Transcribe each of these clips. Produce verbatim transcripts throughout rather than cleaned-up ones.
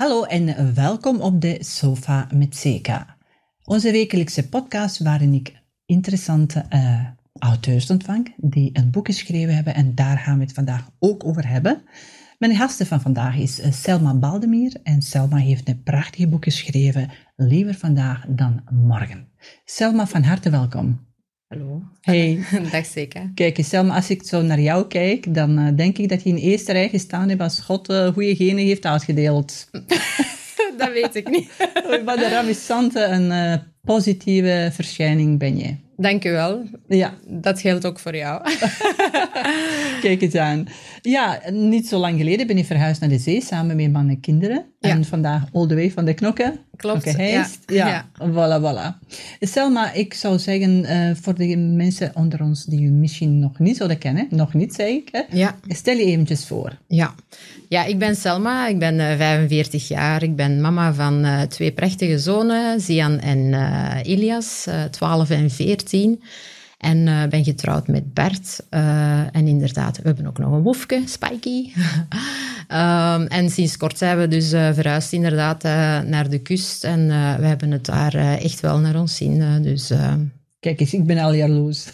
Hallo en welkom op de Sofa met Seka. Onze wekelijkse podcast waarin ik interessante uh, auteurs ontvang die een boek geschreven hebben en daar gaan we het vandaag ook over hebben. Mijn gasten van vandaag is uh, Selma Baldemir en Selma heeft een prachtig boek geschreven, Liever vandaag dan morgen. Selma, van harte welkom. Hallo. Hey. Dag Seka. Kijk eens, Selma, als ik zo naar jou kijk, dan uh, denk ik dat je in eerste rij gestaan hebt als God uh, goede genen heeft uitgedeeld. Dat weet ik niet. Wat een ravissante en uh, positieve verschijning ben je. Dank u wel. Ja. Dat geldt ook voor jou. Kijk eens aan. Ja, niet zo lang geleden ben ik verhuisd naar de zee samen met man en kinderen. Ja. En vandaag all the way van de knokken. Klopt, knokken ja. ja. Ja, voilà, voilà. Selma, ik zou zeggen, uh, voor de mensen onder ons die u misschien nog niet zouden kennen, nog niet zeg ik, hè? Ja. Stel je eventjes voor. Ja. Ja, ik ben Selma, ik ben uh, vijfenveertig jaar. Ik ben mama van uh, twee prachtige zonen, Zian en uh, Elias, uh, twaalf en veertien. En uh, ben getrouwd met Bert. Uh, en inderdaad, we hebben ook nog een woefke, Spikey. um, en sinds kort zijn we dus uh, verhuisd inderdaad uh, naar de kust. En uh, we hebben het daar uh, echt wel naar ons zin. Uh, dus, uh... Kijk eens, ik ben al jaloers.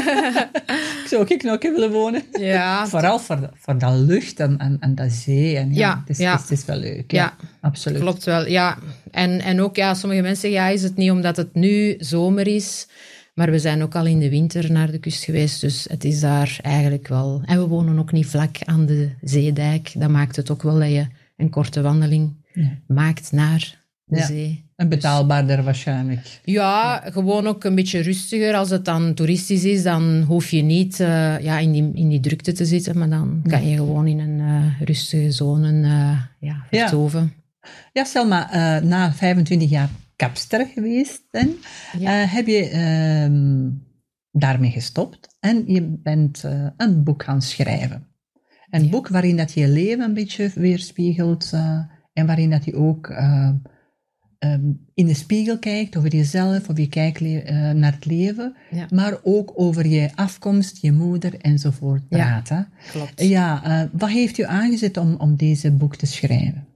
Ik zou ook in Knokke willen wonen. Ja. Vooral voor, voor dat lucht en, en, en dat zee. En, ja, ja, het, is, ja. Het, is, het is wel leuk. Ja, ja, absoluut. Klopt wel, ja. En, en ook, ja, sommige mensen zeggen, ja, is het niet omdat het nu zomer is... Maar we zijn ook al in de winter naar de kust geweest, dus het is daar eigenlijk wel... En we wonen ook niet vlak aan de zeedijk. Dat maakt het ook wel dat je een korte wandeling ja. maakt naar de ja. zee. En betaalbaarder dus, waarschijnlijk. Ja, ja, gewoon ook een beetje rustiger. Als het dan toeristisch is, dan hoef je niet uh, ja, in, die, in die drukte te zitten, maar dan ja. kan je gewoon in een uh, rustige zone uh, ja, vertoeven. Ja, ja Selma, uh, na vijfentwintig jaar... kapster geweest ben, ja. uh, heb je uh, daarmee gestopt en je bent uh, een boek gaan schrijven. Een ja. boek waarin dat je je leven een beetje weerspiegelt uh, en waarin dat je ook uh, um, in de spiegel kijkt over jezelf, over je kijk uh, naar het leven, ja. maar ook over je afkomst, je moeder enzovoort praten. Ja, klopt. Ja, uh, wat heeft u aangezet om, om deze boek te schrijven?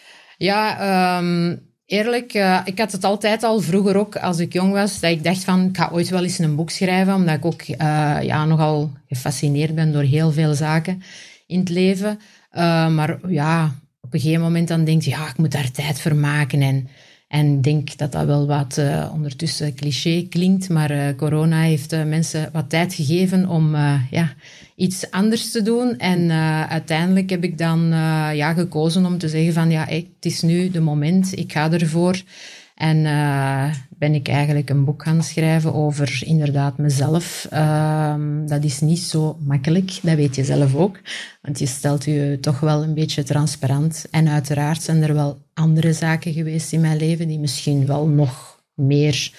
Ja, um... Eerlijk, uh, ik had het altijd al vroeger ook, als ik jong was, dat ik dacht van, ik ga ooit wel eens een boek schrijven, omdat ik ook uh, ja, nogal gefascineerd ben door heel veel zaken in het leven. Uh, maar ja, op een gegeven moment dan denk je, ja, ik moet daar tijd voor maken. En, en ik denk dat dat wel wat uh, ondertussen cliché klinkt, maar uh, corona heeft uh, mensen wat tijd gegeven om uh, ja, iets anders te doen. En uh, uiteindelijk heb ik dan uh, ja, gekozen om te zeggen van, ja, hey, het is nu de moment, ik ga ervoor. En uh, ben ik eigenlijk een boek gaan schrijven over inderdaad mezelf. Uh, dat is niet zo makkelijk, dat weet je zelf ook. Want je stelt je toch wel een beetje transparant. En uiteraard zijn er wel andere zaken geweest in mijn leven die misschien wel nog meer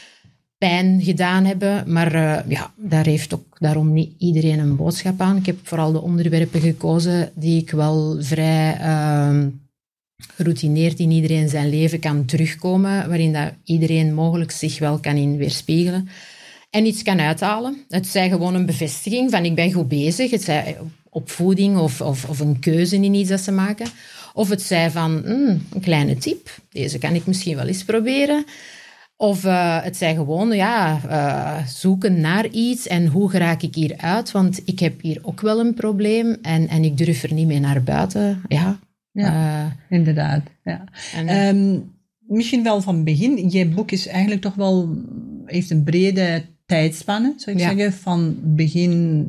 pijn gedaan hebben. Maar uh, ja, daar heeft ook daarom niet iedereen een boodschap aan. Ik heb vooral de onderwerpen gekozen die ik wel vrij... Uh, geroutineerd in iedereen zijn leven kan terugkomen, waarin dat iedereen mogelijk zich wel kan in weerspiegelen en iets kan uithalen. Het zij gewoon een bevestiging van ik ben goed bezig, het zij opvoeding of, of, of een keuze in iets dat ze maken. Of het zij van mm, een kleine tip, deze kan ik misschien wel eens proberen. Of uh, het zij gewoon ja, uh, zoeken naar iets en hoe geraak ik hier uit, want ik heb hier ook wel een probleem en, en ik durf er niet mee naar buiten. Ja. Ja, uh, inderdaad. Ja. En, um, misschien wel van begin. Je boek is eigenlijk toch wel, heeft een brede tijdspanne, zou ik ja. zeggen, van begin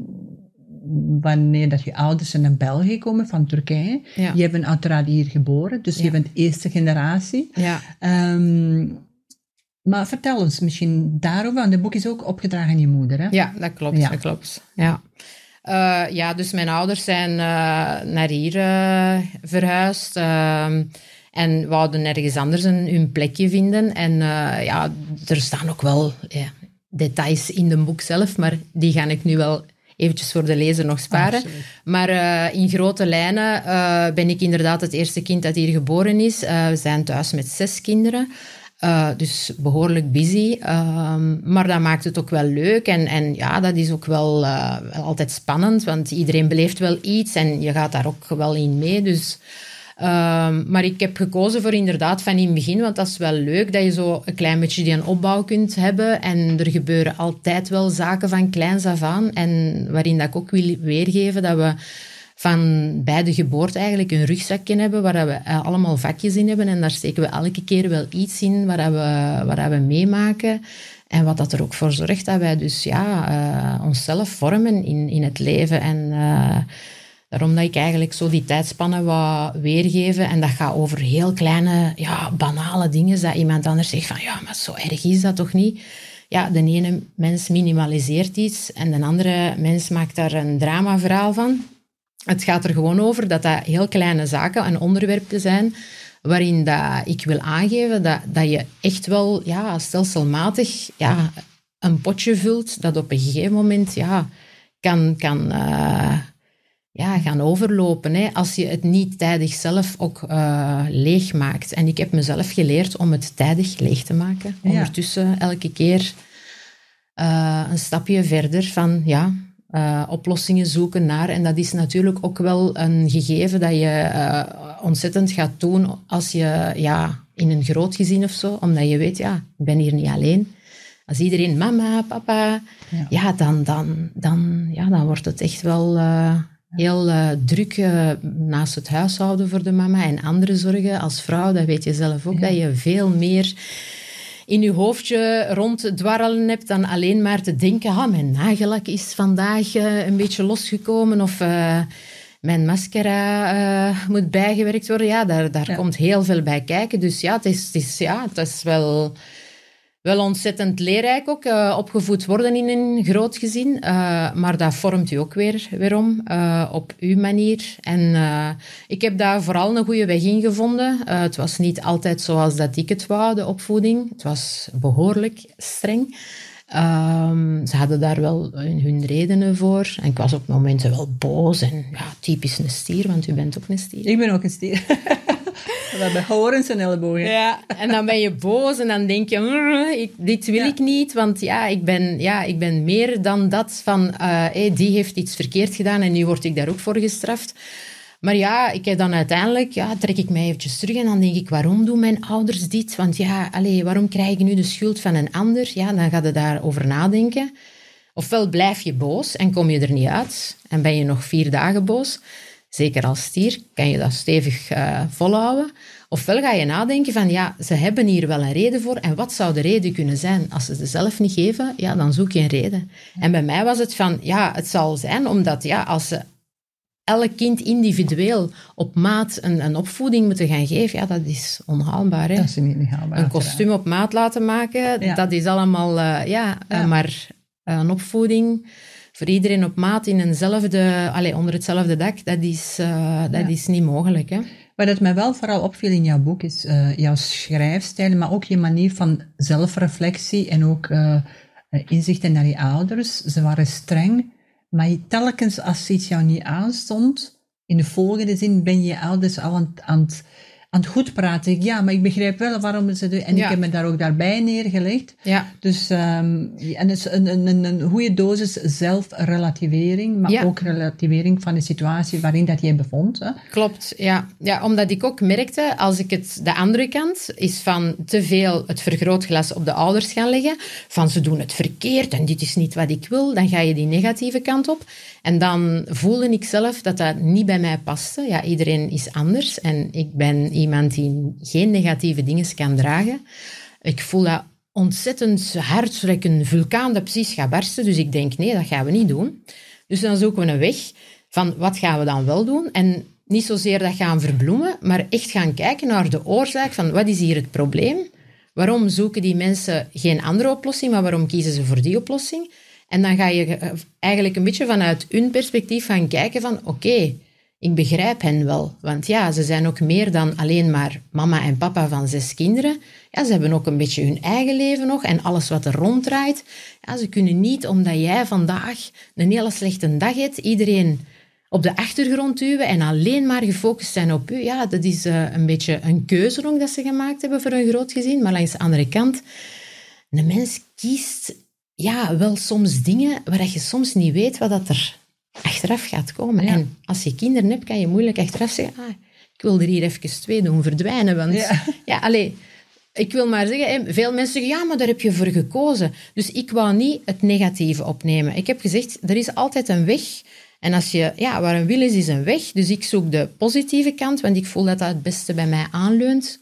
wanneer dat je ouders zijn naar België komen, van Turkije. Ja. Je bent uiteraard hier geboren, dus ja. je bent eerste generatie. Ja. Um, maar vertel ons misschien daarover, want het boek is ook opgedragen aan je moeder, hè? Ja, dat klopt. Ja. Dat klopt. Ja. Uh, ja, dus mijn ouders zijn uh, naar hier uh, verhuisd uh, en wouden ergens anders een, hun plekje vinden. En uh, ja, er staan ook wel ja, details in het boek zelf, maar die ga ik nu wel eventjes voor de lezer nog sparen. Absoluut. Maar uh, in grote lijnen uh, ben ik inderdaad het eerste kind dat hier geboren is. Uh, we zijn thuis met zes kinderen. Uh, dus behoorlijk busy, uh, maar dat maakt het ook wel leuk en, en ja, dat is ook wel uh, altijd spannend, want iedereen beleeft wel iets en je gaat daar ook wel in mee, dus Um, maar ik heb gekozen voor inderdaad van in het begin, want dat is wel leuk dat je zo een klein beetje die een opbouw kunt hebben. En er gebeuren altijd wel zaken van kleins af aan. En waarin dat ik ook wil weergeven dat we van bij de geboorte eigenlijk een rugzakje hebben waar we allemaal vakjes in hebben. En daar steken we elke keer wel iets in waar we, waar we meemaken. En wat dat er ook voor zorgt dat wij dus ja, uh, onszelf vormen in, in het leven. En uh, daarom dat ik eigenlijk zo die tijdspannen wou weergeven. En dat gaat over heel kleine, ja, banale dingen. Dat iemand anders zegt van, ja, maar zo erg is dat toch niet? Ja, de ene mens minimaliseert iets en de andere mens maakt daar een dramaverhaal van. Het gaat er gewoon over dat dat heel kleine zaken en onderwerpen zijn waarin dat ik wil aangeven dat, dat je echt wel ja, stelselmatig ja, een potje vult dat op een gegeven moment ja, kan, kan uh, ja, gaan overlopen. Hè, als je het niet tijdig zelf ook uh, leeg maakt. En ik heb mezelf geleerd om het tijdig leeg te maken. Ja. Ondertussen elke keer uh, een stapje verder van... ja. Uh, oplossingen zoeken naar. En dat is natuurlijk ook wel een gegeven dat je uh, ontzettend gaat doen als je ja, in een groot gezin of zo, omdat je weet, ja, ik ben hier niet alleen. Als iedereen mama, papa, ja, ja, dan, dan, dan, ja dan wordt het echt wel uh, heel uh, druk uh, naast het huishouden voor de mama en andere zorgen. Als vrouw, dat weet je zelf ook, ja, dat je veel meer in je hoofdje ronddwarrelen hebt dan alleen maar te denken, ah, mijn nagellak is vandaag uh, een beetje losgekomen of uh, mijn mascara uh, moet bijgewerkt worden. Ja, daar, daar ja. komt heel veel bij kijken. Dus ja, het is, het is, ja, het is wel, wel ontzettend leerrijk ook. Uh, opgevoed worden in een groot gezin. Uh, maar dat vormt u ook weer, weer om, uh, op uw manier. En uh, ik heb daar vooral een goede weg in gevonden. Uh, het was niet altijd zoals dat ik het wou, de opvoeding. Het was behoorlijk streng. Um, ze hadden daar wel hun redenen voor. En ik was op momenten wel boos. En ja, typisch een stier, want u bent ook een stier. Ik ben ook een stier. We hebben horens en ellebogen. Ja, en dan ben je boos en dan denk je, ik, dit wil ja. ik niet, want ja ik, ben, ja, ik ben meer dan dat van, uh, hey, die heeft iets verkeerd gedaan en nu word ik daar ook voor gestraft. Maar ja, ik heb dan uiteindelijk, ja, trek ik mij eventjes terug en dan denk ik, waarom doen mijn ouders dit? Want ja, allez, waarom krijg ik nu de schuld van een ander? Ja, dan ga je daarover nadenken. Ofwel blijf je boos en kom je er niet uit en ben je nog vier dagen boos. Zeker als stier kan je dat stevig uh, volhouden. Ofwel ga je nadenken van, ja, ze hebben hier wel een reden voor. En wat zou de reden kunnen zijn? Als ze ze zelf niet geven, ja, dan zoek je een reden. Ja. En bij mij was het van, ja, het zal zijn omdat, ja, als ze elk kind individueel op maat een, een opvoeding moeten gaan geven, ja, dat is onhaalbaar. Hè? Dat is niet haalbaar. Een kostuum op maat laten maken, ja. dat is allemaal, uh, ja, ja. Uh, maar uh, een opvoeding voor iedereen op maat in eenzelfde, allez, onder hetzelfde dak, dat is, uh, dat ja. is niet mogelijk. Hè? Wat het mij wel vooral opviel in jouw boek is uh, jouw schrijfstijl, maar ook je manier van zelfreflectie en ook uh, inzichten naar je ouders. Ze waren streng, maar telkens als iets jou niet aanstond, in de volgende zin ben je je ouders al aan, aan het... aan het goed praten. Ja, maar ik begrijp wel waarom ze doen. En ja. ik heb me daar ook daarbij neergelegd. Ja. Dus, um, en het is een, een, een goede dosis zelfrelativering, maar ja. ook relativering van de situatie waarin dat je bevond. Hè? Klopt, ja. ja. Omdat ik ook merkte, als ik het de andere kant is van te veel het vergrootglas op de ouders gaan leggen, van ze doen het verkeerd en dit is niet wat ik wil, dan ga je die negatieve kant op. En dan voelde ik zelf dat dat niet bij mij paste. Ja, iedereen is anders en ik ben iemand die geen negatieve dingen kan dragen. Ik voel dat ontzettend hard, zodat ik een vulkaan dat precies gaat barsten. Dus ik denk, nee, dat gaan we niet doen. Dus dan zoeken we een weg van wat gaan we dan wel doen. En niet zozeer dat gaan verbloemen, maar echt gaan kijken naar de oorzaak van wat is hier het probleem? Waarom zoeken die mensen geen andere oplossing, maar waarom kiezen ze voor die oplossing? En dan ga je eigenlijk een beetje vanuit hun perspectief gaan kijken van oké, okay, ik begrijp hen wel. Want ja, ze zijn ook meer dan alleen maar mama en papa van zes kinderen. Ja, ze hebben ook een beetje hun eigen leven nog en alles wat er ronddraait. Ja, ze kunnen niet, omdat jij vandaag een hele slechte dag hebt, iedereen op de achtergrond duwen en alleen maar gefocust zijn op u. Ja, dat is uh, een beetje een keuze ook dat ze gemaakt hebben voor een groot gezin. Maar langs de andere kant, een mens kiest ja, wel soms dingen waar je soms niet weet wat dat er achteraf gaat komen. Ja. En als je kinderen hebt, kan je moeilijk achteraf zeggen, ah, ik wil er hier even twee doen verdwijnen. Want Ja, ja allee, ik wil maar zeggen, hè, veel mensen zeggen, ja, maar daar heb je voor gekozen. Dus ik wou niet het negatieve opnemen. Ik heb gezegd, er is altijd een weg. En als je, ja, waar een wil is, is een weg. Dus ik zoek de positieve kant, want ik voel dat dat het beste bij mij aanleunt.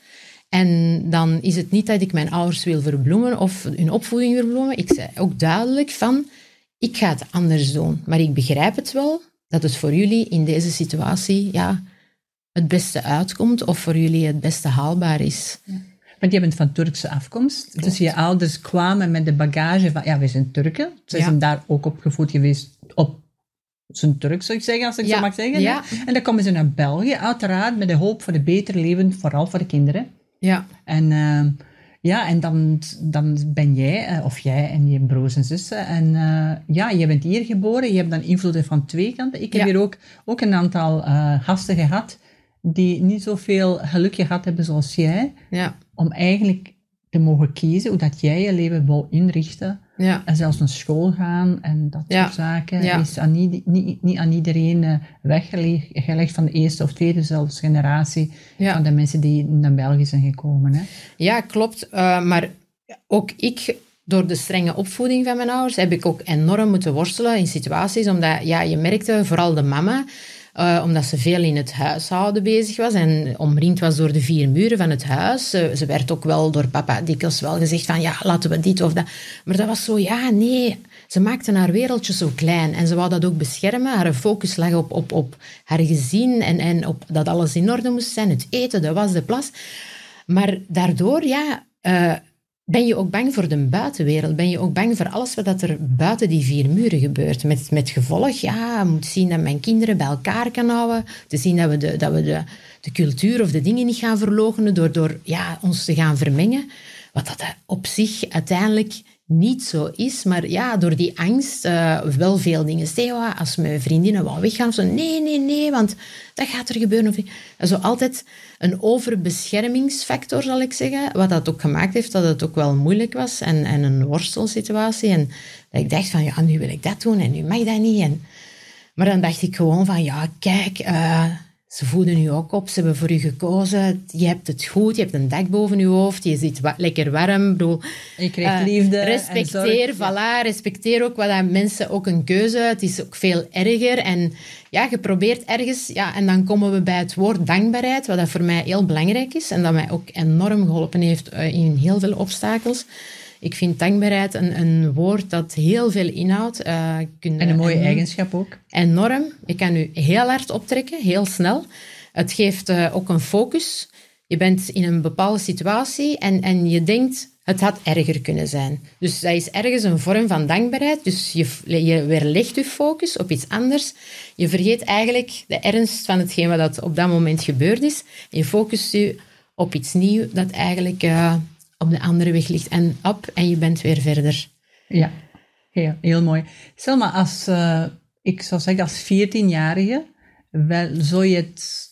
En dan is het niet dat ik mijn ouders wil verbloemen of hun opvoeding verbloemen. Ik zei ook duidelijk van, ik ga het anders doen. Maar ik begrijp het wel, dat het voor jullie in deze situatie ja, het beste uitkomt of voor jullie het beste haalbaar is. Ja. Want je bent van Turkse afkomst. Klopt. Dus je ouders kwamen met de bagage van, ja, we zijn Turken. Ze Ja. zijn daar ook opgevoed geweest op zijn Turk, zou ik zeggen, als ik Ja. zo mag zeggen. Ja. En dan komen ze naar België, uiteraard met de hoop voor een beter leven, vooral voor de kinderen. Ja. En, uh, ja, en dan, dan ben jij, uh, of jij en je broers en zussen. En uh, ja, je bent hier geboren. Je hebt dan invloeden van twee kanten. Ik heb Ja. hier ook, ook een aantal uh, gasten gehad die niet zoveel geluk gehad hebben zoals jij. Ja. Om eigenlijk te mogen kiezen hoe dat jij je leven wil inrichten. Ja. En zelfs naar school gaan en dat Ja. soort zaken. Ja. Is aan niet, niet, niet aan iedereen uh, weggelegd van de eerste of tweede zelfs generatie Ja. van de mensen die naar België zijn gekomen. Hè. Ja, klopt. Uh, maar ook ik, door de strenge opvoeding van mijn ouders, heb ik ook enorm moeten worstelen in situaties, omdat ja, je merkte, vooral de mama, uh, omdat ze veel in het huishouden bezig was en omringd was door de vier muren van het huis. Uh, ze werd ook wel door papa dikwijls wel gezegd van, ja, laten we dit of dat. Maar dat was zo, ja, nee. Ze maakte haar wereldje zo klein en ze wou dat ook beschermen. Haar focus lag op, op, op haar gezin en, en op dat alles in orde moest zijn. Het eten, de was, de plas. Maar daardoor, ja... Uh, ben je ook bang voor de buitenwereld? Ben je ook bang voor alles wat er buiten die vier muren gebeurt? Met, met gevolg, ja, je moet zien dat mijn kinderen bij elkaar kan houden. Te zien dat we de, dat we de, de cultuur of de dingen niet gaan verloochenen door, door ja, ons te gaan vermengen. Wat dat op zich uiteindelijk niet zo is. Maar ja, door die angst uh, wel veel dingen. Stel, als mijn vriendinnen wou weggaan, zo nee, nee, nee, want dat gaat er gebeuren. Zo altijd een overbeschermingsfactor, zal ik zeggen. Wat dat ook gemaakt heeft dat het ook wel moeilijk was. En, en een worstelsituatie. En dat ik dacht van, ja, nu wil ik dat doen en nu mag dat niet. En, maar dan dacht ik gewoon van, ja, kijk... Uh, Ze voeden u ook op, ze hebben voor u gekozen. Je hebt het goed, je hebt een dak boven je hoofd, je zit wa- lekker warm. Bedoel, je krijgt liefde. Uh, respecteer, en zorg, voilà, respecteer ook wat dat mensen ook een keuze. Het is ook veel erger. En ja, je probeert ergens, ja, en dan komen we bij het woord dankbaarheid, wat dat voor mij heel belangrijk is en dat mij ook enorm geholpen heeft uh, in heel veel obstakels. Ik vind dankbaarheid een, een woord dat heel veel inhoudt. Uh, en een mooie en, eigenschap ook. Enorm. Je kan je heel hard optrekken, heel snel. Het geeft uh, ook een focus. Je bent in een bepaalde situatie en, en je denkt, het had erger kunnen zijn. Dus dat is ergens een vorm van dankbaarheid. Dus je, je weerlegt je focus op iets anders. Je vergeet eigenlijk de ernst van hetgeen wat dat op dat moment gebeurd is. En je focust je op iets nieuws dat eigenlijk... Uh, op de andere weg ligt en op en je bent weer verder. Ja, heel, heel mooi. Selma, als, uh, ik zou zeggen als veertienjarige, wel, zou je het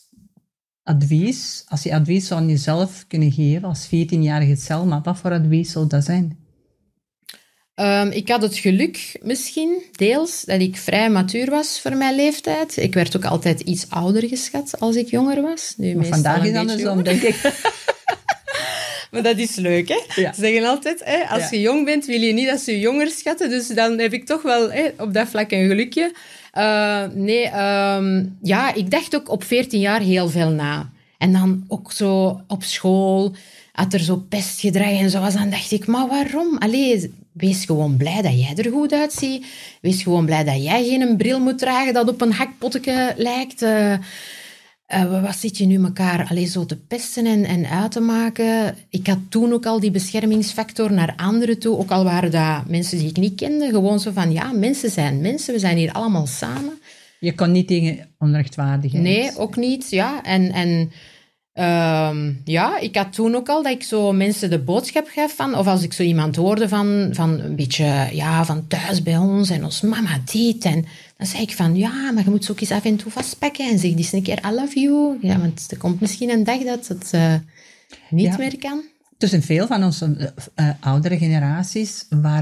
advies, als je advies zou aan jezelf kunnen geven, als veertienjarige Selma, wat voor advies zou dat zijn? Um, ik had het geluk, misschien, deels, dat ik vrij matuur was voor mijn leeftijd. Ik werd ook altijd iets ouder geschat als ik jonger was. Nu maar vandaag is andersom, denk ik. Maar dat is leuk, hè? Ja. Ze zeggen altijd, hè, als ja. je jong bent, wil je niet dat ze je jonger schatten. Dus dan heb ik toch wel hè, op dat vlak een gelukje. Uh, nee, um, ja, ik dacht ook op veertien jaar heel veel na. En dan ook zo op school, had er zo pestgedrag en zo was. Dan dacht ik, maar waarom? Allee, wees gewoon blij dat jij er goed uitziet. Wees gewoon blij dat jij geen bril moet dragen dat op een hakpotteke lijkt. Uh, Uh, wat zit je nu elkaar alleen zo te pesten en, en uit te maken? Ik had toen ook al die beschermingsfactor naar anderen toe, ook al waren dat mensen die ik niet kende. Gewoon zo van, ja, mensen zijn mensen, we zijn hier allemaal samen. Je kon niet tegen onrechtvaardigheid. Nee, ook niet, ja. En, en um, ja, ik had toen ook al dat ik zo mensen de boodschap gaf van, of als ik zo iemand hoorde van, van een beetje, ja, van thuis bij ons en ons mama dit en... Dan zei ik van, ja, maar je moet ze ook eens af en toe vastpakken en zeg eens een keer, I love you. Ja, want er komt misschien een dag dat het uh, niet ja. meer kan. Dus in veel van onze uh, oudere generaties waren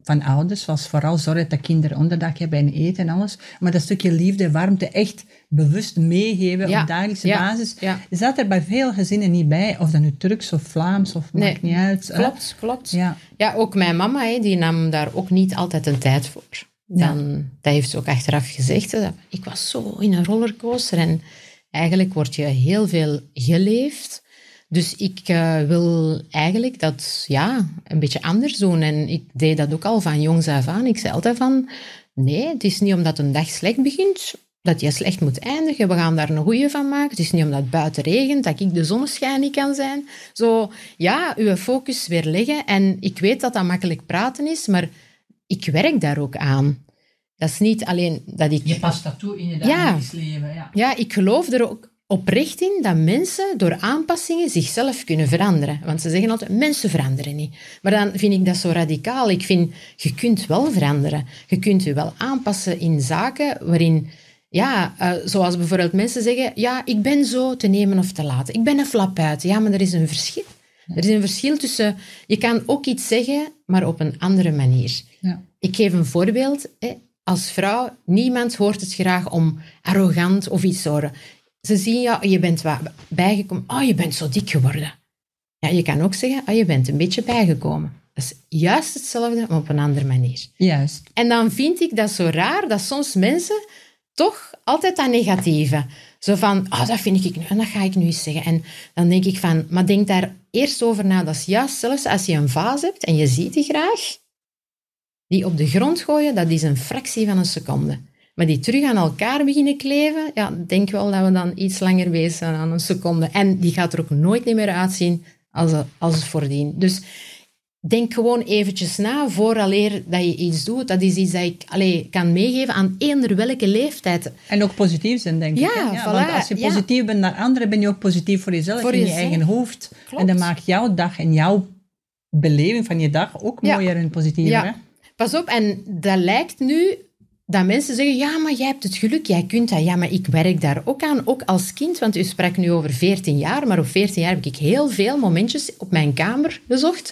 van ouders was vooral zorgen dat kinderen onderdak hebben en eten en alles. Maar dat stukje liefde, warmte echt bewust meegeven ja. op dagelijkse ja. basis. Ja. Zat er bij veel gezinnen niet bij. Of dat nu Turks of Vlaams of Nee. maakt niet uit. Klopt, hè? klopt. Ja. ja, ook mijn mama, hè, die nam daar ook niet altijd een tijd voor. Dan, ja. Dat heeft ze ook achteraf gezegd. Hè. Ik was zo in een rollercoaster en eigenlijk word je heel veel geleefd. Dus ik uh, wil eigenlijk dat ja, een beetje anders doen. En ik deed dat ook al van jongs af aan. Ik zei altijd van, nee, het is niet omdat een dag slecht begint, dat je slecht moet eindigen. We gaan daar een goeie van maken. Het is niet omdat het buiten regent, dat ik de zonneschijn niet kan zijn. Zo, ja, uw focus weer leggen. En ik weet dat dat makkelijk praten is, maar ik werk daar ook aan. Dat is niet alleen dat ik... Je past dat toe in je dagelijks ja. leven. Ja. ja, ik geloof er ook oprecht in dat mensen door aanpassingen zichzelf kunnen veranderen. Want ze zeggen altijd, mensen veranderen niet. Maar dan vind ik dat zo radicaal. Ik vind, je kunt wel veranderen. Je kunt je wel aanpassen in zaken waarin... Ja, uh, zoals bijvoorbeeld mensen zeggen, ja, ik ben zo te nemen of te laten. Ik ben een flapuit. Ja, maar er is een verschil. Ja. Er is een verschil tussen... Je kan ook iets zeggen, maar op een andere manier. Ja. Ik geef een voorbeeld. Hè. Als vrouw, niemand hoort het graag om arrogant of iets te horen. Ze zien, ja, je bent wat bijgekomen. Oh, je bent zo dik geworden. Ja, je kan ook zeggen, oh, je bent een beetje bijgekomen. Dat is juist hetzelfde, maar op een andere manier. Juist. En dan vind ik dat zo raar, dat soms mensen toch altijd dat negatieve. Zo van, oh, dat vind ik nu, en dat ga ik nu eens zeggen. En dan denk ik van, maar denk daar eerst over na. Dat is juist zelfs als je een vaas hebt en je ziet die graag, die op de grond gooien, dat is een fractie van een seconde. Maar die terug aan elkaar beginnen kleven, ja, denk wel dat we dan iets langer bezig zijn aan een seconde. En die gaat er ook nooit meer uitzien als, als het voordien. Dus denk gewoon eventjes na, vooraleer dat je iets doet. Dat is iets dat ik allee, kan meegeven aan eender welke leeftijd. En ook positief zijn, denk ja, ik. Ja, voilà, want als je positief ja. bent naar anderen, ben je ook positief voor jezelf, voor in jezelf. je eigen hoofd. Klopt. En dat maakt jouw dag en jouw beleving van je dag ook mooier ja. en positiever. Ja. Hè? Pas op, en dat lijkt nu... Dat mensen zeggen, ja, maar jij hebt het geluk, jij kunt dat. Ja, maar ik werk daar ook aan, ook als kind. Want u sprak nu over veertien jaar, maar op veertien jaar heb ik heel veel momentjes op mijn kamer gezocht.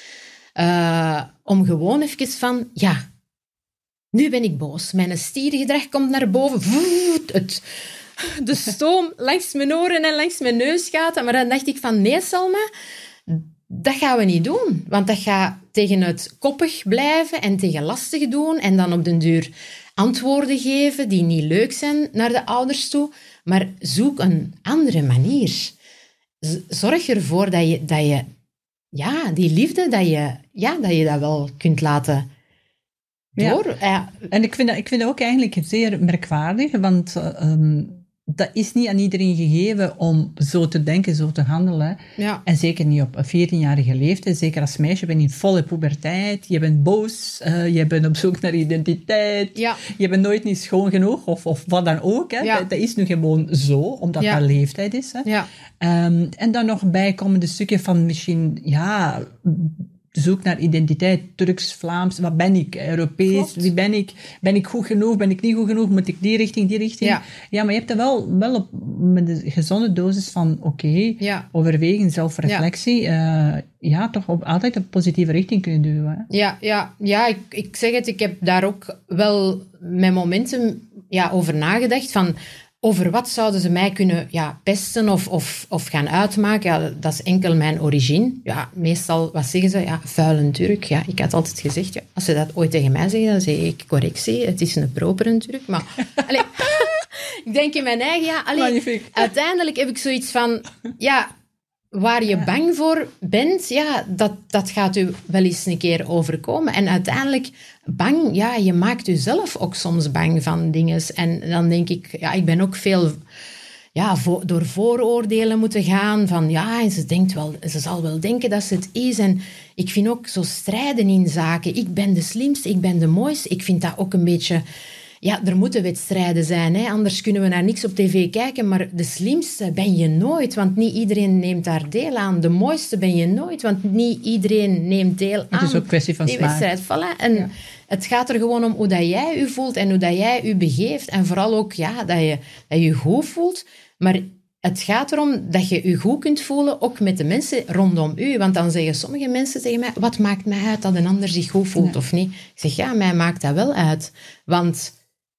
Uh, om gewoon even van, ja, nu ben ik boos. Mijn stierengedrag komt naar boven. Voet, het, de stoom langs mijn oren en langs mijn neus gaat. Maar dan dacht ik van, nee, Selma, dat gaan we niet doen. Want dat gaat tegen het koppig blijven en tegen lastig doen. En dan op den duur antwoorden geven die niet leuk zijn naar de ouders toe. Maar zoek een andere manier. Zorg ervoor dat je, dat je ja, die liefde, dat je, ja, dat je dat wel kunt laten door. Ja. Ja. En ik vind, dat, ik vind dat ook eigenlijk zeer merkwaardig, want um, dat is niet aan iedereen gegeven om zo te denken, zo te handelen. Ja. En zeker niet op een veertienjarige leeftijd. Zeker als meisje ben je in volle puberteit. Je bent boos. Uh, je bent op zoek naar identiteit. Ja. Je bent nooit niet schoon genoeg. Of, of wat dan ook. Hè. Ja. Dat, dat is nu gewoon zo. Omdat ja. dat leeftijd is. Hè. Ja. Um, en dan nog bijkomende stukje van misschien... Ja... zoek naar identiteit, Turks, Vlaams, wat ben ik, Europees, Klopt. Wie ben ik, ben ik goed genoeg, ben ik niet goed genoeg, moet ik die richting, die richting? Ja, ja maar je hebt er wel, wel op, met een gezonde dosis van, oké, okay, ja. overwegen, zelfreflectie, ja, uh, ja toch op, altijd een positieve richting kunnen duwen. Hè? Ja, ja, ja ik, ik zeg het, ik heb daar ook wel met momenten ja, over nagedacht, van... Over wat zouden ze mij kunnen ja, pesten of, of, of gaan uitmaken? Ja, dat is enkel mijn origine. Ja, meestal, wat zeggen ze? Ja, vuile Turk. Ja, ik had altijd gezegd, ja, als ze dat ooit tegen mij zeggen, dan zeg ik correctie. Het is een propere Turk. Maar allee, ik denk in mijn eigen... Ja, allee, uiteindelijk heb ik zoiets van... Ja, waar je bang voor bent, ja, dat, dat gaat u wel eens een keer overkomen. En uiteindelijk, bang, ja, je maakt jezelf ook soms bang van dingen. En dan denk ik, ja, ik ben ook veel ja, vo- door vooroordelen moeten gaan. Van ja, en ze, denkt wel, ze zal wel denken dat ze het is. En ik vind ook zo strijden in zaken. Ik ben de slimste, ik ben de mooiste. Ik vind dat ook een beetje... Ja, er moeten wedstrijden zijn, hè? Anders kunnen we naar niks op tv kijken. Maar de slimste ben je nooit, want niet iedereen neemt daar deel aan. De mooiste ben je nooit, want niet iedereen neemt deel aan. Het is ook een kwestie van die smaak. wedstrijd. Voilà. En ja. Het gaat er gewoon om hoe dat jij je voelt en hoe dat jij je begeeft. En vooral ook ja, dat je dat je goed voelt. Maar het gaat erom dat je je goed kunt voelen, ook met de mensen rondom u. Want dan zeggen sommige mensen tegen mij, wat maakt mij uit dat een ander zich goed voelt ja. of niet? Ik zeg, ja, mij maakt dat wel uit. Want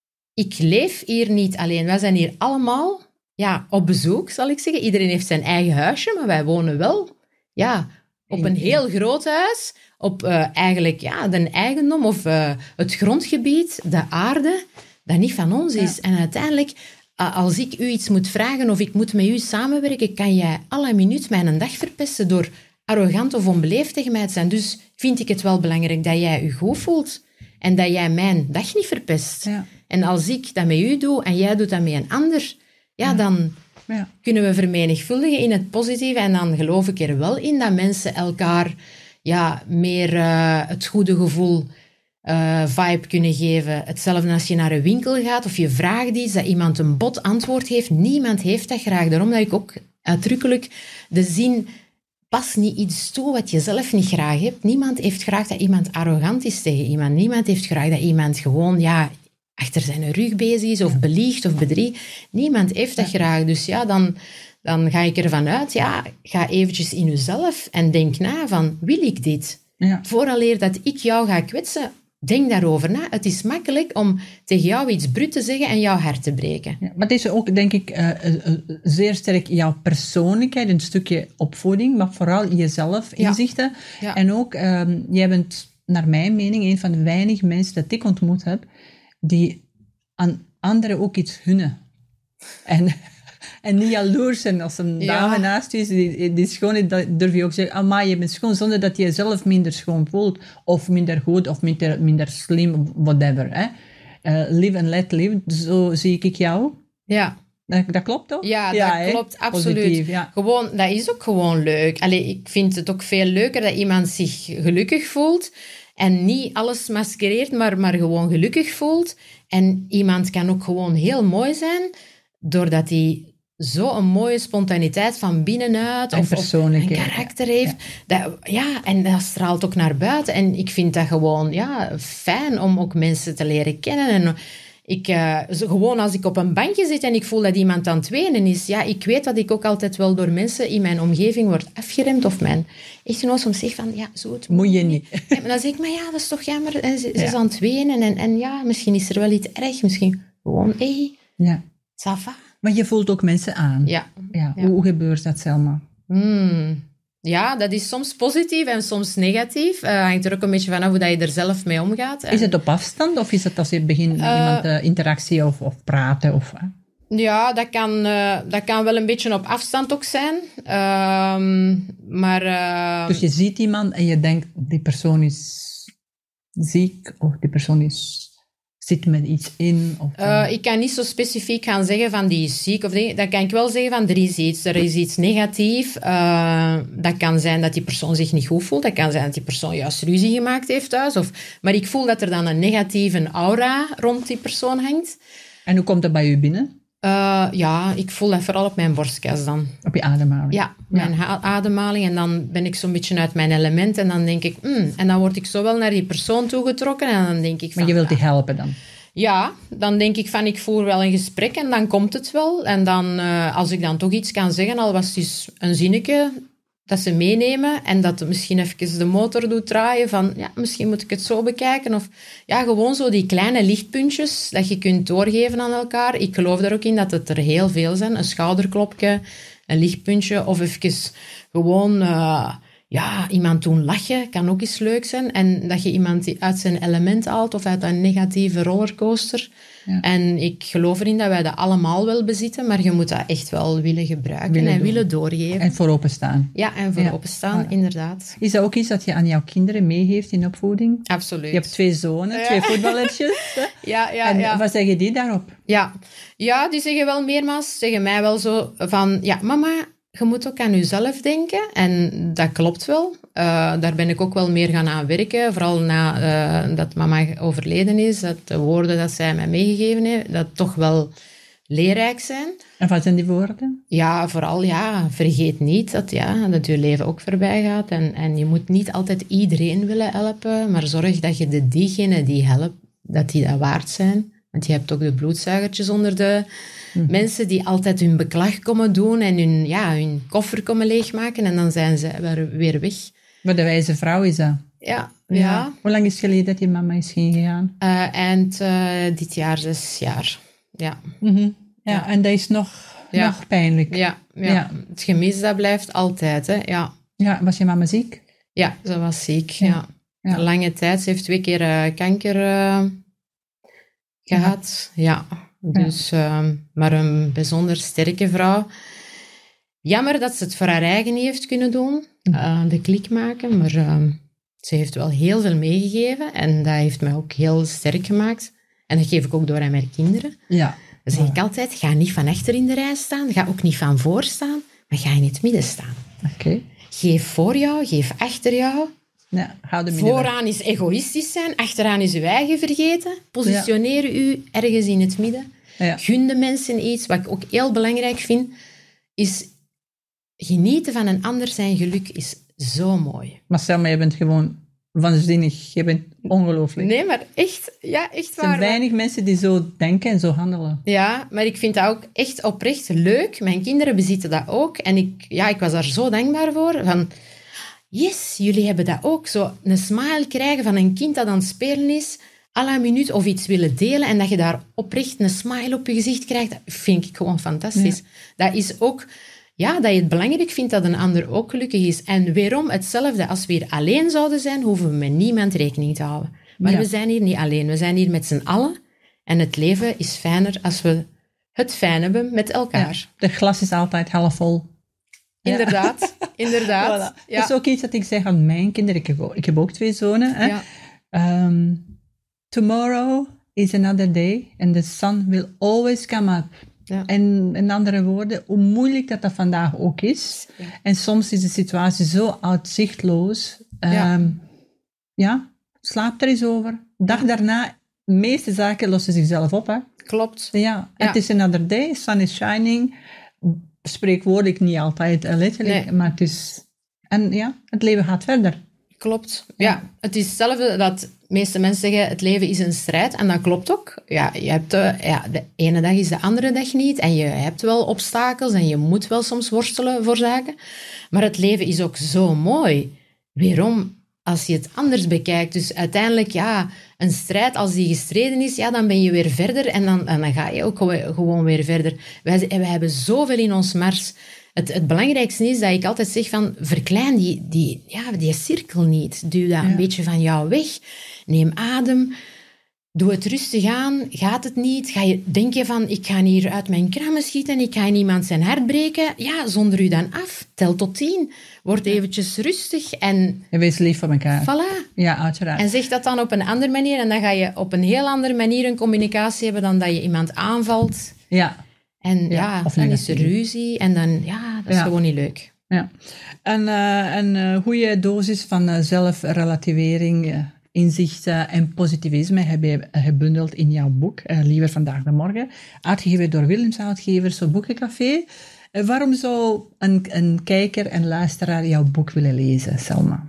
ik leef hier niet alleen. Wij zijn hier allemaal ja, op bezoek, zal ik zeggen. Iedereen heeft zijn eigen huisje, maar wij wonen wel ja, op een heel groot huis. Op uh, eigenlijk ja, de eigendom of uh, het grondgebied, de aarde, dat niet van ons is. Ja. En uiteindelijk... Als ik u iets moet vragen of ik moet met u samenwerken, kan jij alle minuut mijn dag verpesten door arrogant of onbeleefd tegen mij te zijn. Dus vind ik het wel belangrijk dat jij je goed voelt en dat jij mijn dag niet verpest. Ja. En als ik dat met u doe en jij doet dat met een ander, ja, ja. dan ja. kunnen we vermenigvuldigen in het positieve. En dan geloof ik er wel in dat mensen elkaar ja, meer uh, het goede gevoel... Uh, vibe kunnen geven. Hetzelfde als je naar een winkel gaat of je vraagt iets, dat iemand een bot antwoord heeft. Niemand heeft dat graag. Daarom dat ik ook uitdrukkelijk de zin pas niet iets toe wat je zelf niet graag hebt. Niemand heeft graag dat iemand arrogant is tegen iemand. Niemand heeft graag dat iemand gewoon ja, achter zijn rug bezig is of beliegt of bedriegt. Niemand heeft dat graag. Dus ja, dan, dan ga ik ervan uit, ja, ga eventjes in jezelf en denk na van, wil ik dit? Ja. Vooraleer dat ik jou ga kwetsen, denk daarover na. Het is makkelijk om tegen jou iets bruut te zeggen en jouw hart te breken. Ja, maar het is ook, denk ik, uh, uh, zeer sterk jouw persoonlijkheid, een stukje opvoeding, maar vooral jezelf, inzichten. Ja. Ja. En ook, uh, jij bent, naar mijn mening, een van de weinige mensen dat ik ontmoet heb, die aan anderen ook iets gunnen. En... En niet jaloers zijn als een ja. dame naast je is, die, die schoon is, dat durf je ook zeggen, amai, je bent schoon, zonder dat je jezelf minder schoon voelt, of minder goed, of minder, minder slim, whatever. Hè. Uh, live and let live, zo zie ik jou. Ja. Dat, dat klopt toch? Ja, ja dat hè? klopt, absoluut. Positief, ja. Gewoon, dat is ook gewoon leuk. Allee, ik vind het ook veel leuker dat iemand zich gelukkig voelt, en niet alles maskereert, maar, maar gewoon gelukkig voelt. En iemand kan ook gewoon heel mooi zijn, doordat hij zo'n mooie spontaniteit van binnenuit of, of een karakter heeft. Ja. Dat, ja, en dat straalt ook naar buiten. En ik vind dat gewoon ja, fijn om ook mensen te leren kennen. En ik, uh, gewoon als ik op een bankje zit en ik voel dat iemand aan het wenen is, ja, ik weet dat ik ook altijd wel door mensen in mijn omgeving word afgeremd. Of mijn echtgenoot soms zegt van, ja, zo het moet je niet. Ja, maar dan zeg ik, maar ja, dat is toch jammer. En ze, ja. ze is aan het wenen. En, en ja, misschien is er wel iets erg. Misschien gewoon, hé, hey, ja. ça va. Maar je voelt ook mensen aan. Ja. ja. ja. Hoe gebeurt dat, Selma? Hmm. Ja, dat is soms positief en soms negatief. Uh, hangt er ook een beetje vanaf hoe dat je er zelf mee omgaat. En... Is het op afstand of is het als je begint met uh, iemand uh, interactie of, of praten? Of, uh? Ja, dat kan, uh, dat kan wel een beetje op afstand ook zijn. Uh, maar, uh... Dus je ziet iemand en je denkt, die persoon is ziek of die persoon is... Zit met iets in? Of, uh, ik kan niet zo specifiek gaan zeggen van die is ziek. Of die, dan kan ik wel zeggen van er is iets. Er is iets negatief. Uh, dat kan zijn dat die persoon zich niet goed voelt. Dat kan zijn dat die persoon juist ruzie gemaakt heeft thuis. Of, maar ik voel dat er dan een negatieve aura rond die persoon hangt. En hoe komt dat bij u binnen? Uh, ja, ik voel dat vooral op mijn borstkas dan. Op je ademhaling? Ja, mijn ja. ha- ademhaling. En dan ben ik zo'n beetje uit mijn element. En dan denk ik... Mm, en dan word ik zo wel naar die persoon toegetrokken. En dan denk ik van... Maar je wilt die helpen dan? Ja, dan denk ik van ik voer wel een gesprek. En dan komt het wel. En dan, uh, als ik dan toch iets kan zeggen, al was het dus een zinnetje... dat ze meenemen en dat misschien even de motor doet draaien van, ja, misschien moet ik het zo bekijken. Of ja, gewoon zo die kleine lichtpuntjes dat je kunt doorgeven aan elkaar. Ik geloof daar ook in dat het er heel veel zijn. Een schouderklopje, een lichtpuntje of even gewoon uh, ja, iemand doen lachen kan ook eens leuk zijn. En dat je iemand die uit zijn element haalt of uit een negatieve rollercoaster. Ja. En ik geloof erin dat wij dat allemaal wel bezitten, maar je moet dat echt wel willen gebruiken willen en doen. willen doorgeven. En voor openstaan. Ja, en voor ja. openstaan, voilà. Inderdaad. Is dat ook iets dat je aan jouw kinderen meegeeft in opvoeding? Absoluut. Je hebt twee zonen, ja. twee voetballertjes. ja, ja, en ja. wat zeggen die daarop? Ja. ja, die zeggen wel meermaals, zeggen mij wel zo van, ja, mama, je moet ook aan jezelf denken. En dat klopt wel. Uh, daar ben ik ook wel meer gaan aan werken. Vooral nadat uh, mama overleden is. Dat de woorden dat zij mij meegegeven heeft, dat toch wel leerrijk zijn. En wat zijn die woorden? Ja, vooral ja, vergeet niet dat, ja, dat je leven ook voorbij gaat. En, en je moet niet altijd iedereen willen helpen. Maar zorg dat je de diegenen die helpen, dat die dat waard zijn. Want je hebt ook de bloedzuigertjes onder de... Mm-hmm. Mensen die altijd hun beklag komen doen en hun, ja, hun koffer komen leegmaken en dan zijn ze weer, weer weg. Maar de wijze vrouw is dat. Ja, ja. ja. Hoe lang is het geleden dat je mama is heen gegaan? Uh, eind uh, dit jaar, zes jaar. Ja. Mm-hmm. Ja, ja, en dat is nog, ja. nog pijnlijk. Ja, ja. ja, het gemis dat blijft altijd. Hè. Ja. Ja, was je mama ziek? Ja, ze was ziek. Ja. Ja. Ja. Een lange tijd. Ze heeft twee keer uh, kanker uh, gehad. Ja. ja. Dus, uh, maar een bijzonder sterke vrouw. Jammer dat ze het voor haar eigen niet heeft kunnen doen. Uh, de klik maken. Maar uh, ze heeft wel heel veel meegegeven. En dat heeft mij ook heel sterk gemaakt. En dat geef ik ook door aan mijn kinderen. Ja. Dan zeg ik altijd, ga niet van achter in de rij staan. Ga ook niet van voor staan. Maar ga in het midden staan. Oké. Okay. Geef voor jou, geef achter jou. Ja, hou de Vooraan is egoïstisch zijn, achteraan is uw eigen vergeten. Positioneer ja. u ergens in het midden. Ja. Gun de mensen iets. Wat ik ook heel belangrijk vind, is genieten van een ander zijn geluk is zo mooi. Maar Selma, je bent gewoon waanzinnig. Je bent ongelooflijk. Nee, maar echt, ja, echt waar. Er zijn weinig mensen die zo denken en zo handelen. Ja, maar ik vind dat ook echt oprecht leuk. Mijn kinderen bezitten dat ook. En ik, ja, ik was daar zo dankbaar voor. Van, yes, jullie hebben dat ook. Zo een smile krijgen van een kind dat aan het spelen is, à la minuut of iets willen delen en dat je daar oprecht een smile op je gezicht krijgt, dat vind ik gewoon fantastisch. Ja. Dat is ook... Ja, dat je het belangrijk vindt dat een ander ook gelukkig is. En weerom hetzelfde. Als we hier alleen zouden zijn, hoeven we met niemand rekening te houden. Maar ja. we zijn hier niet alleen. We zijn hier met z'n allen. En het leven is fijner als we het fijn hebben met elkaar. Ja, de glas is altijd half vol. Inderdaad, ja. inderdaad. Voilà. Ja. Dat is ook iets dat ik zeg aan mijn kinderen. Ik heb ook, ik heb ook twee zonen. Hè. Ja. Um, tomorrow is another day and the sun will always come up. Ja. En in andere woorden, hoe moeilijk dat dat vandaag ook is. Ja. En soms is de situatie zo uitzichtloos. Ja, um, ja slaap er eens over. Dag ja. daarna, de meeste zaken lossen zichzelf op. Hè. Klopt. Ja, ja. Het is another day, sun is shining. Spreekwoordelijk niet altijd letterlijk, nee. maar het is... En ja, het leven gaat verder. Klopt. Ja, ja het is hetzelfde dat de meeste mensen zeggen, het leven is een strijd. En dat klopt ook. Ja, je hebt, uh, ja, de ene dag is de andere dag niet. En je hebt wel obstakels en je moet wel soms worstelen voor zaken. Maar het leven is ook zo mooi. Weerom, als je het anders bekijkt. Dus uiteindelijk, ja, een strijd, als die gestreden is, ja, dan ben je weer verder. En dan, en dan ga je ook gewoon weer verder. Wij, wij hebben zoveel in ons mars. Het, het belangrijkste is dat ik altijd zeg van, verklein die, die, ja, die cirkel niet. Duw dat ja. een beetje van jou weg. Neem adem. Doe het rustig aan. Gaat het niet? Ga je, denk je van, ik ga hier uit mijn krammen schieten, ik ga iemand zijn hart breken? Ja, zonder u dan af. Tel tot tien. Word eventjes rustig en... En wees lief voor elkaar. Voilà. Ja, uiteraard. En zeg dat dan op een andere manier. En dan ga je op een heel andere manier een communicatie hebben dan dat je iemand aanvalt. Ja. En ja, ja dan is er ruzie en dan, ja, dat is ja. gewoon niet leuk. Ja. En uh, een uh, goede dosis van uh, zelfrelativering, uh, inzicht uh, en positivisme heb je gebundeld in jouw boek, uh, Liever vandaag dan morgen, uitgegeven door Willems Uitgevers op Boekencafé. Uh, waarom zou een, een kijker en luisteraar jouw boek willen lezen, Selma?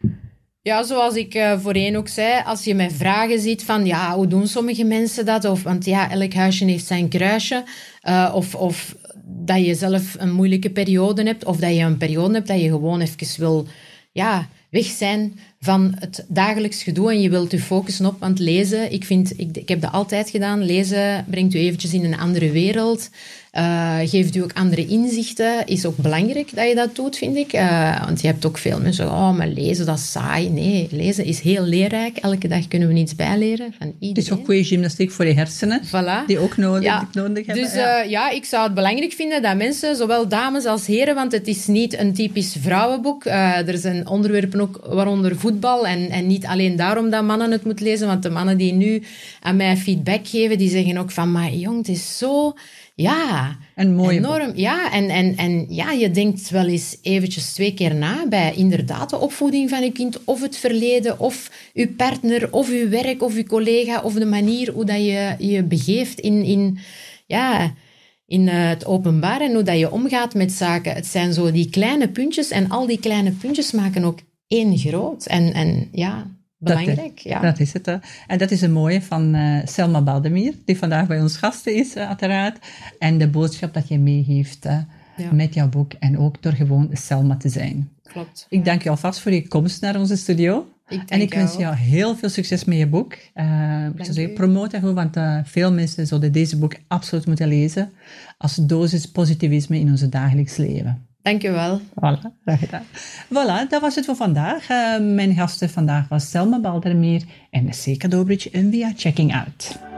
Ja, zoals ik uh, voorheen ook zei, als je mij vragen ziet van, ja, hoe doen sommige mensen dat? Of, want ja, elk huisje heeft zijn kruisje. Uh, of, of dat je zelf een moeilijke periode hebt, of dat je een periode hebt dat je gewoon even wil, ja, weg zijn van het dagelijks gedoe en je wilt je focussen op, want lezen, ik vind, ik, ik heb dat altijd gedaan, lezen brengt u eventjes in een andere wereld, uh, geeft u ook andere inzichten, is ook belangrijk dat je dat doet, vind ik. Uh, want je hebt ook veel mensen, oh, maar lezen, dat is saai. Nee, lezen is heel leerrijk. Elke dag kunnen we iets bijleren van iedereen. Het is ook goede gymnastiek voor je hersenen, voilà. die ook nodig, ja. nodig hebben. Dus ja. Uh, ja, ik zou het belangrijk vinden dat mensen, zowel dames als heren, want het is niet een typisch vrouwenboek. Uh, er zijn onderwerpen ook, waaronder voetbal, en, en niet alleen daarom dat mannen het moeten lezen, want de mannen die nu aan mij feedback geven, die zeggen ook van, maar jong, het is zo... Ja, een mooie enorm. boek. Ja, en, en, en ja, je denkt wel eens eventjes twee keer na bij inderdaad de opvoeding van je kind, of het verleden, of je partner, of je werk, of je collega, of de manier hoe dat je je begeeft in, in, ja, in uh, het openbaar en hoe dat je omgaat met zaken. Het zijn zo die kleine puntjes en al die kleine puntjes maken ook één groot. En, en ja, belangrijk. Dat, ja. dat is het. Hè. En dat is een mooie van uh, Selma Baldemir, die vandaag bij ons gasten is, uh, uiteraard. En de boodschap dat je meegeeft uh, ja. met jouw boek en ook door gewoon Selma te zijn. Klopt. Ik dank je alvast voor je komst naar onze studio. Ik en ik jou. wens jou heel veel succes met je boek. Uh, ik zou zeggen, promoot dat goed, want uh, veel mensen zouden deze boek absoluut moeten lezen als dosis positivisme in ons dagelijks leven. Dank je wel. Voilà, graag gedaan. Voilà, dat was het voor vandaag. Uh, mijn gasten vandaag was Selma Baldemir en C K Dobridge en via Checking Out.